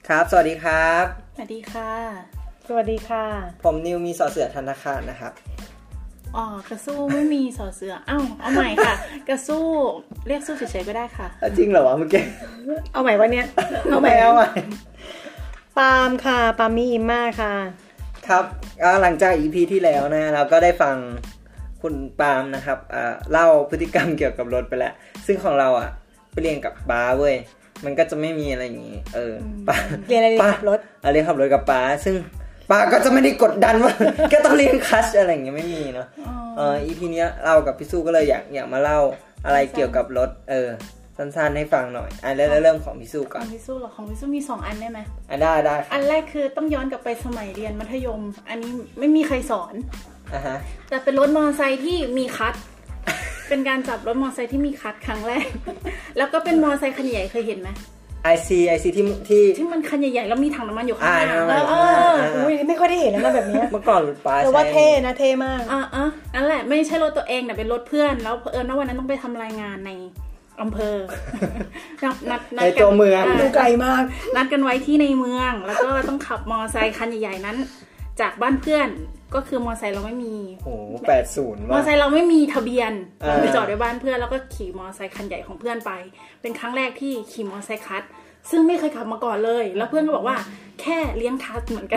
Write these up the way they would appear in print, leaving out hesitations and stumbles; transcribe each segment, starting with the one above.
ครับสวัสดีครับสวัสดีค่ะสวัสดีค่ะผมนิวมีสอเสือธนาคารนะครับกระสู้ไม่มีสอเสือเอาใหม่ค่ะกระสู้เรียกสู้เฉยๆก็ได้ค่ะจริงเหรอวะเมื่อกี้เอาใหม่วันเนี้ยเอาใหม่ปาล์มค่ะปาล์มมีอิมม่าค่ะครับหลังจาก EP ที่แล้วนะเราก็ได้ฟังคุณปาล์มนะครับเล่าพฤติกรรมเกี่ยวกับรถไปแล้วซึ่งของเราไปเรียนกับป้าเว้ยมันก็จะไม่มีอะไรอย่างงี้ป้าเรียนอะไรขับรถเรียนขับรถกับป้าซึ่งป้าก็จะไม่ได้กดดันว่าแกต้องเรียนคัชอะไรอย่างเงี้ยไม่มีเนาะEP เนี้ยเรากับพี่สู้ก็เลยอยากมาเล่าอะไรเกี่ยวกับรถสั้นๆให้ฟังหน่อยเริ่มของพี่สู้ก่อนของพี่สู้หรอของพี่สู้มี2อันได้ไหมได้อันแรกคือต้องย้อนกลับไปสมัยเรียนมัธยมอันนี้ไม่มีใครสอนแต่เป็นรถมอเตอร์ไซค์ที่มีคัทเป็นการจับรถมอเตอร์ไซค์ที่มีคัทครั้งแรกแล้วก็เป็นมอเตอร์ไซค์คันใหญ่เคยเห็นไหม IC ที่มันคันใหญ่ๆแล้วมีถังน้ำมันอยู่ข้างหน้าอุ้ยไม่ค่อยได้เห็นแล้วนะแบบนี้เมื่อก่อนรถป้าแต่ว่าเท่นะเท่มากนั่นแหละไม่ใช่รถตัวเองแต่เป็นรถเพื่อนแล้ววันนั้นต้องไปทำรายงานในอำเภอนัดในตัวเมืองดูไกลมากนัดกันไว้ที่ในเมืองแล้วก็ต้องขับมอเตอร์ไซค์คันใหญ่ๆนั้นจากบ้านเพื่อนก็คือมอเตอร์ไซค์เราไม่มีโอ้80 มอเตอร์ไซค์เราไม่มีทะเบียนเราไปจอดไว้บ้านเพื่อนแล้วก็ขี่มอเตอร์ไซค์คันใหญ่ของเพื่อนไปเป็นครั้งแรกที่ขี่มอเตอร์ไซค์คัทซึ่งไม่เคยขับมาก่อนเลยแล้วเพื่อนก็บอกว่าแค่เลี้ยงคัทเหมือนกัน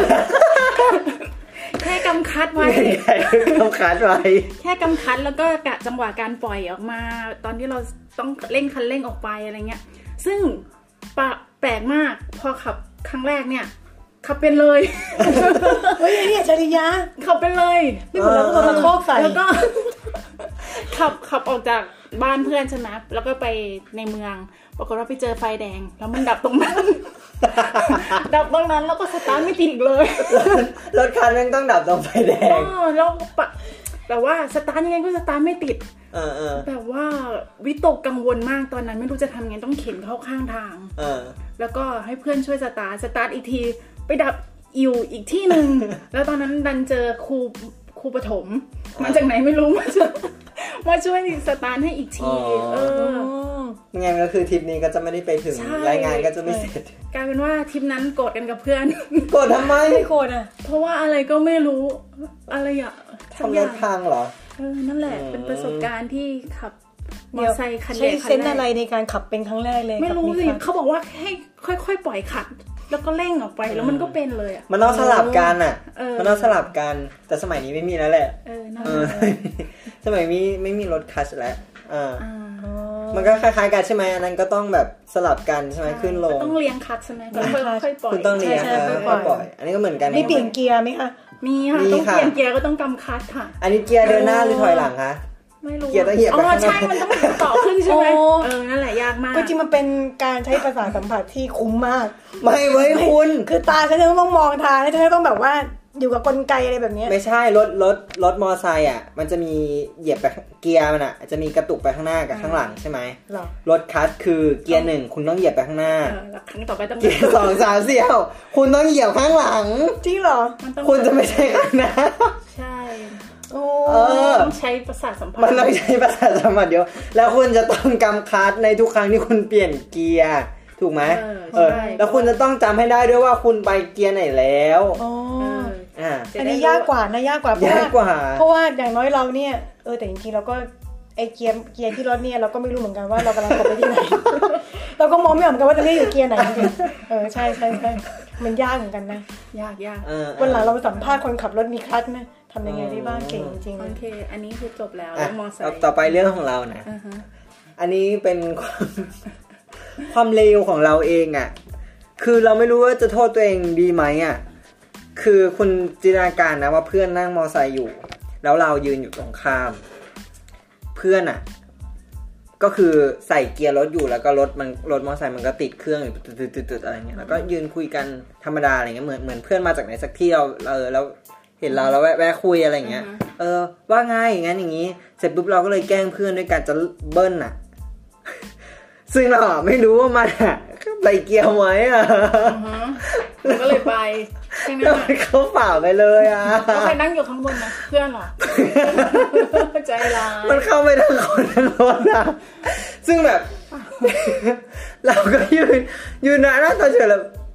แค่กำคัทไว้กำคัทไว้แค่กำคัทแล้วก็กะจังหวะการปล่อยออกมาตอนที่เราต้องเร่งคันเร่งออกไปอะไรเงี้ยซึ่งแปลกมากพอขับครั้งแรกเนี่ยขับเป็นเลยเฮ้ยนี่จริยะขับเป็นเลยนี่ผมแล้วก็มาโคกใส่แล้วก็ขับออกจากบ้านเพื่อนใช่ไหมแล้วก็ไปในเมืองปรากฏว่าไปเจอไฟแดงแล้วมันดับตรงนั้นดับตรงนั้นแล้วก็สตาร์ทไม่ติดอีกเลยรถคันนั้นต้องดับตรงไฟแดงแล้วแต่ว่าสตาร์ทยังไงก็สตาร์ทไม่ติดแบบว่าวิตกกังวลมากตอนนั้นไม่รู้จะทำไงต้องเข็นเข้าข้างทางแล้วก็ให้เพื่อนช่วยสตาร์ทอีกทีไปดับอีกที่นึงแล้วตอนนั้นดันเจอครูประถมมาจากไหนไม่รู้มาช่วยสตาร์ทให้อีกทีไม่งั้นก็คือทริปนี้ก็จะไม่ได้ไปถึงรายงานก็จะไม่เสร็จกลายเป็นว่าทริปนั้นโกรธกันกับเพื่อนโกรธทำไมไม่โกรธเพราะว่าอะไรก็ไม่รู้อะไรทำรถพังเหรอนั่นแหละเป็นประสบการณ์ที่ขับมอเตอร์ไซค์คันใหญ่ใช้เซนส์อะไรในการขับเป็นครั้งแรกเลยไม่รู้สิเขาบอกว่าให้ค่อยๆปล่อยขัดแล้วก็เร่งออกไปแล้วมันก็เป็นเลยมันต้องสลับกันมันต้องสลับกันแต่สมัยนี้ไม่มีแล้วแหละสมัยนี้ไม่มีรถคัชแล้วมันก็คล้ายๆกันใช่ไหมอันนั้นก็ต้องแบบสลับกันใช่ไหมขึ้นลงต้องเลี้ยงคัชใช่ไหมค่อยๆปล่อยคุณต้องเลี้ยงค่อยๆปล่อยอันนี้ก็เหมือนกันมีเปลี่ยนเกียร์ไหมคะมีค่ะต้องเปลี่ยนเกียร์ก็ต้องกำคัชค่ะอันนี้เกียร์เดินหน้าหรือถอยหลังคะไม่รู้เกียร์ต้องเหยียบใช่มันต้องต่อขึ้นใช่ไหมนั่นแหละยากมากก็จริงมันเป็นการใช้ประสาทสัมผัสที่คุ้มมากไม่ไว้คุณคือตาฉันต้องมองทางแล้วฉันต้องแบบว่าอยู่กับกลไกอะไรแบบนี้ไม่ใช่รถมอไซค์มันจะมีเหยียบไปเกียร์มันจะมีกระตุกไปข้างหน้ากับข้างหลังใช่ไหมรถคัสคือเกียร์1คุณต้องเหยียบไปข้างหน้าแล้วครั้งต่อไปต้องเกียร์2 3 4คุณต้องเหยียบข้างหลังจริงเหรอคุณจะไม่ใช่ข้างหน้าใช่ต้องใช้ประสาทสัมผัสมันต้องใช้ประสาทสัมผัสเดียวแล้วคุณจะต้องกำคัสในทุกครั้งที่คุณเปลี่ยนเกียร์ถูกไหมแล้วคุณจะต้องจำให้ได้ด้วยว่าคุณไปเกียร์ไหนแล้วอันนี้ยากกว่านะยากกว่าเพราะว่าอย่างน้อยเราเนี่ยแต่จริงๆเราก็ไอเกียร์ที่รถเนี่ยเราก็ไม่รู้เหมือนกันว่าเรากำลังกดไปที่ไหนเราก็มองไม่ออกเหมือนกันว่าจะอยู่เกียร์ไหนจริงใช่มันยากเหมือนกันนะยากวันหลังเราไปสัมภาษณ์คนขับรถมีคลัตช์นะทำยังไงได้บ้างเก่งจริงโอเคอันนี้คือจบแล้วมอไซค์ต่อไปเรื่องของเรานะอันนี้เป็นความเลวของเราเองคือเราไม่รู้ว่าจะโทษตัวเองดีไหมคือคุณจินตนาการนะว่าเพื่อนนั่งมอไซค์อยู่แล้วเรายืนอยู่ตรงข้ามเพื่อนก็คือใส่เกียร์รถอยู่แล้วก็รถมอไซค์มันก็ติดเครื่องอยู่ตึดๆอะไรเงี้ยแล้วก็ยืนคุยกันธรรมดาอะไรเงี้ยเหมือนเพื่อนมาจากไหนสักที่เราแล้วเห็นเราแล้วแวะคุยอะไรเงี้ยว่าไงอย่างงั้นอย่างงี้เสร็จปุ๊บเราก็เลยแกล้งเพื่อนด้วยการจะเบิ้ลซึ่งเราไม่รู้ว่ามันใส่เกียร์ไว้มันก็เลยไปแล้วเขาฝ่าไปเลยแล้วใครนั่งอยู่ข้างบนนะเพื่อนเหรอใจร้ายมันเข้าไปทางคนนั้นรถซึ่งแบบเราก็ยืนหน้าตาเฉยแบบ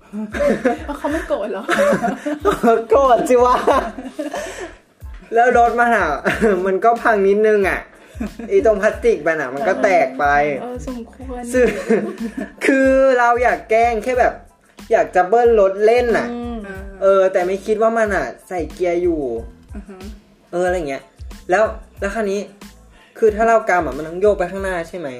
เขาไม่โกรธหรอโกรธสิวะแล้วรถมันมันก็พังนิดนึงไอ้ตรงพลาสติกมันก็แตกไปสมควรคือเราอยากแกล้งแค่แบบอยากจะเบิ้ลรถเล่นแต่ไม่คิดว่ามันใส่เกียร์อยู่อะไรเงี้ยแล้วคราวนี้คือถ้าเรากำมันต้องโยกไปข้างหน้าใช่ไหม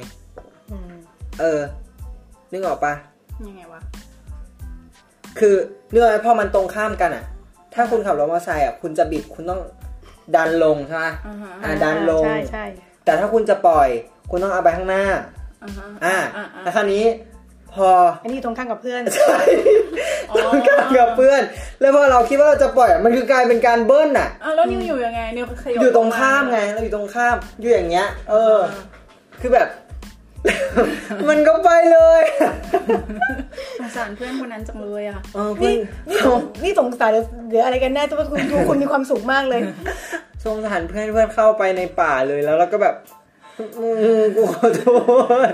นึกออกปะยังไงวะคือเนื่องพอมันตรงข้ามกันถ้าคุณขับรถมอเตอร์ไซค์คุณจะบิดคุณต้องดันลงใช่ไหมดันลงใช่แต่ถ้าคุณจะปล่อยคุณต้องเอาไปข้างหน้าแล้วคราวนี้พออันนี้ตรงข้ามกับเพื่อนใช่ตรงข้ามกับเพื่อนแล้วพอเราคิดว่าเราจะปล่อยมันคือกลายเป็นการเบิ้ลแล้วนิวอยู่ยังไงนิวอยู่ตรงข้ามไงเราอยู่ตรงข้ามอยู่อย่างเงี้ยคือแบบมันก็ไปเลยสงสารเพื่อนคนนั้นจังเลยนี่สงสารหรืออะไรกันแน่แต่ว่าคุณมีความสุขมากเลยสงสารเพื่อนเข้าไปในป่าเลยแล้วเราก็แบบกูขอโทษ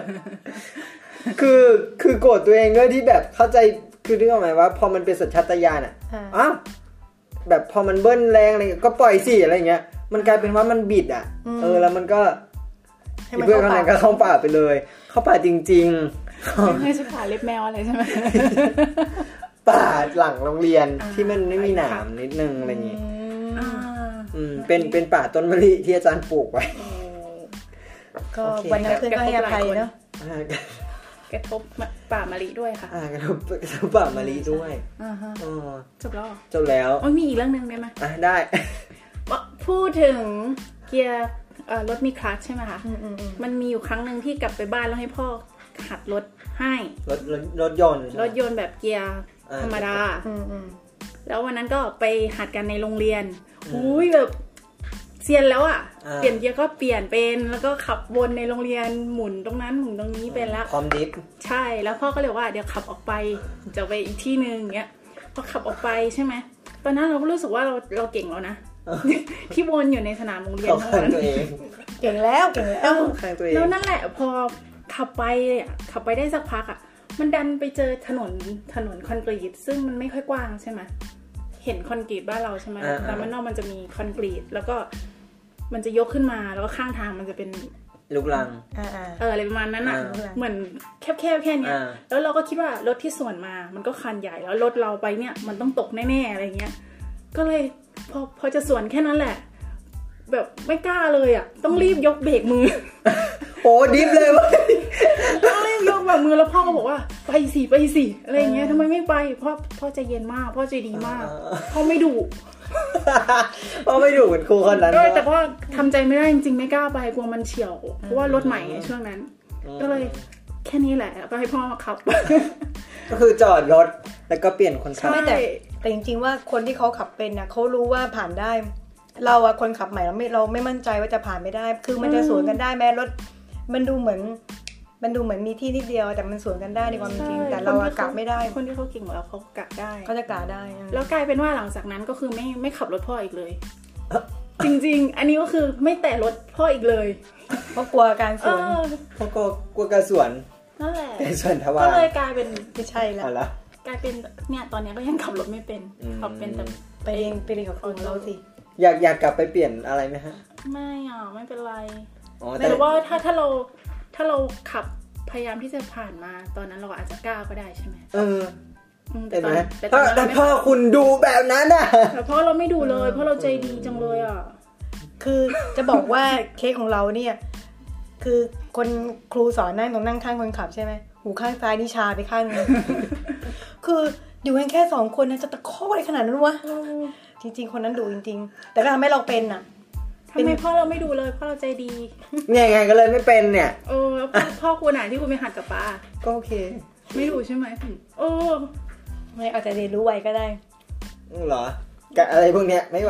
คือโกรธตัวเองด้วยที่แบบเข้าใจคือนึกออกไหมว่าพอมันเป็นสัญชาตญาณแบบพอมันเบิ้ลแรงอะไรก็ปล่อยสิอะไรเงี้ยมันกลายเป็นว่ามันบิดแล้วมันก็เพื่อนคนนั้นก็เข้าป่าไปเลยเข้าป่าจริงๆไม่ใช่ป่าเล็บแมวอะไรใช่ไหมป่าหลังโรงเรียนที่มันไม่มีหนามนิดนึงอะไรอย่างงี้เป็นป่าต้นมะลิที่อาจารย์ปลูกไว้ก็วันนั้นเพื่อนก็ให้อภัยเนาะกระทบป่ามะลิด้วยค่ะกระทบป่ามะลิด้วยจบแล้วมีอีกเรื่องนึงได้ไหมได้พูดถึงเกียร์รถมีคลัตช์ใช่ไหมคะมันมีอยู่ครั้งหนึ่งที่กลับไปบ้านแล้วให้พ่อหัดรถให้รถยนต์แบบเกียร์ธรรมดาแล้ววันนั้นก็ไปหัดกันในโรงเรียนอุ้ยแบบเซียนแล้วเปลี่ยนเกียร์ก็เปลี่ยนเป็นแล้วก็ขับวนในโรงเรียนหมุนตรงนั้นหมุนตรงนี้เป็นแล้วพร้อมดิฟใช่แล้วพ่อก็เลยว่าเดี๋ยวขับออกไปจะไปอีกที่นึงอย่างเงี้ยพอขับออกไปใช่ไหมตอนนั้นเราก็รู้สึกว่าเราเก่งแล้วนะที่วนอยู่ในสนามโรงเรียนทั้งนั้นเก่งแล้วแล้วนั่นแหละพอขับไปได้สักพักมันดันไปเจอถนนคอนกรีตซึ่งมันไม่ค่อยกว้างใช่ไหมเห็นคอนกรีตบ้านเราใช่ไหมแต่มันนอกมันจะมีคอนกรีตแล้วก็มันจะยกขึ้นมาแล้วก็ข้างทางมันจะเป็นลูกรังอะไรประมาณนั้นเหมือนแคบๆแค่นี้แล้วเราก็คิดว่ารถที่สวนมามันก็คันใหญ่แล้วรถเราไปเนี่ยมันต้องตกแน่ๆอะไรเงี้ยก็เลยพอจะสวนแค่นั้นแหละแบบไม่กล้าเลยต้องรีบยกเบรกมือโอ้ดิฟเลยวะต้องรีบยกแบบมือแล้วพ่อก็บอกว่าไปสิอะไรเงี้ยทำไมไม่ไปพ่อใจเย็นมากพ่อใจดีมากพ่อไม่ดุพ่อไม่ดุเหมือนครูคนนั้นแต่พ่อทำใจไม่ได้จริงๆไม่กล้าไปกลัวมันเฉี่ยวเพราะว่ารถใหม่ช่วงนั้นก็เลยแค่นี้แหละก็ให้พ่อมาขับก็คือจอดรถแล้วก็เปลี่ยนคนขับแต่จริงๆว่าคนที่เขาขับเป็นเขารู้ว่าผ่านได้เราคนขับใหม่เราไม่มั่นใจว่าจะผ่านไม่ได้คือมันจะสวนกันได้แม้รถมันดูเหมือนมีที่นิดเดียวแต่มันสวนกันได้ในความจริงแต่เรากะไม่ได้คนที่เขาเก่งกว่าเขากะได้เขาจะกะได้แล้วกลายเป็นว่าหลังจากนั้นก็คือไม่ขับรถพ่ออีกเลยจริงๆอันนี้ก็คือไม่แตะรถพ่ออีกเลยเพราะกลัวการสวนเพราะกลัวการสวนนั่นแหละสวนทวารก็เลยกลายเป็นไม่ใช่แล้วกลายเป็นเนี่ยตอนนี้ก็ยังขับรถไม่เป็นขับเป็นแต่ไปเรียนกับครูเราสิอยากกลับไปเปลี่ยนอะไรไหมฮะไม่ไม่เป็นไรแต่ว่าถ้าเราขับพยายามที่จะผ่านมาตอนนั้นเราอาจจะกล้าก็ได้ใช่ไหมแต่พ่อคุณดูแบบนั้นแต่พ่อเราไม่ดูเลยเพราะเราใจดีจังเลยคือจะบอกว่าเคสของเราเนี่ยคือคนครูสอนนั่งข้างคนขับใช่ไหมหูข้างซ้ายนี่ชาไปข้างนึงคืออยู่กันแค่2คนนะจะตะคอกอะไรขนาดนั้นวะจริงๆคนนั้นดุจริงๆแต่ก็ทำให้เราเป็นทำไมพ่อเราไม่ดูเลยพ่อเราใจดีเนี่ยไงก็เลยไม่เป็นเนี่ยพ่อคุณไหนที่คุณไปหัดกับป้าก็โอเคไม่ดูใช่ไหมไม่อาจจะเรียนรู้ไวก็ได้เหรอกับอะไรพวกเนี้ยไม่ไว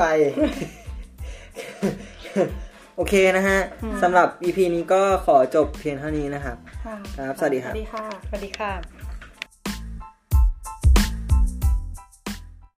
โอเคนะฮะสำหรับ EP นี้ก็ขอจบเพียงเท่านี้นะครับครับสวัสดีครับสวัสดีค่ะ